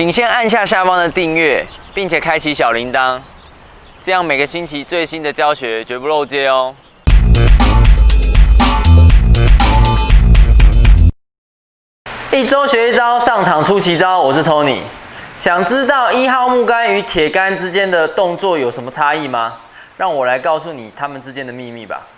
请先按下下方的订阅，并且开启小铃铛，这样每个星期最新的教学绝不漏接哦。一周学一招，上场出奇招。我是 Tony。想知道1号木杆与铁杆之间的动作有什么差异吗？让我来告诉你它们之间的秘密吧。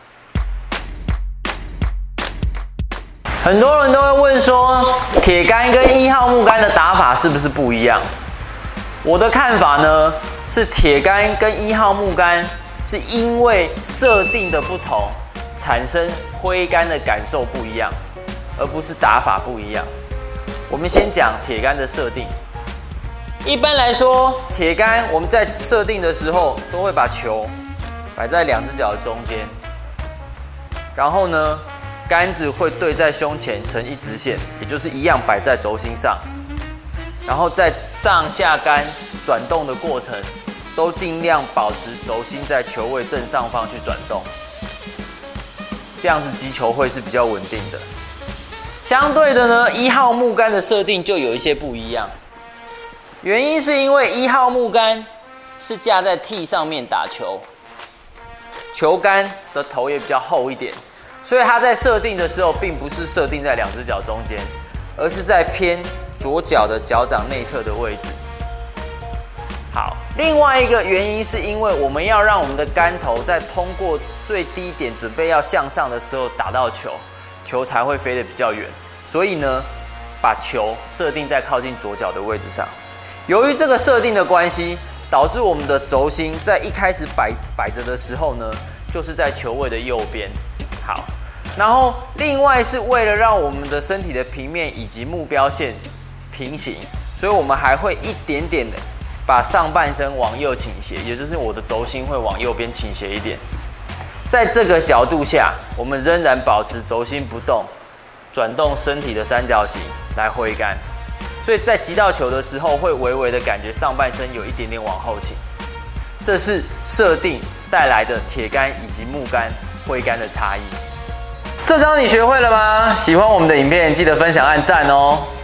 很多人都会问说，铁杆跟1号木杆的打法是不是不一样？我的看法呢，是铁杆跟1号木杆是因为设定的不同，产生挥杆的感受不一样，而不是打法不一样。我们先讲铁杆的设定。一般来说，铁杆我们在设定的时候，都会把球摆在2只脚的中间，然后呢，杆子会对在胸前成一直线，也就是一样摆在轴心上，然后在上下杆转动的过程，都尽量保持轴心在球位正上方去转动，这样子击球会是比较稳定的。相对的呢，1号木杆的设定就有一些不一样，原因是因为1号木杆是架在 T 上面打球，球杆的头也比较厚一点，所以它在设定的时候，并不是设定在2只脚中间，而是在偏左脚的脚掌内侧的位置。好，另外一个原因是因为我们要让我们的杆头在通过最低点准备要向上的时候打到球，球才会飞得比较远，所以呢，把球设定在靠近左脚的位置上。由于这个设定的关系，导致我们的轴心在一开始摆着的时候呢，就是在球位的右边。好，然后另外是为了让我们的身体的平面以及目标线平行，所以我们还会一点点的把上半身往右倾斜，也就是我的轴心会往右边倾斜一点。在这个角度下，我们仍然保持轴心不动，转动身体的三角形来挥杆，所以在击到球的时候，会微微的感觉上半身有一点点往后倾。这是设定带来的铁杆以及木杆挥杆的差异。这招你学会了吗？喜欢我们的影片，记得分享、按赞哦。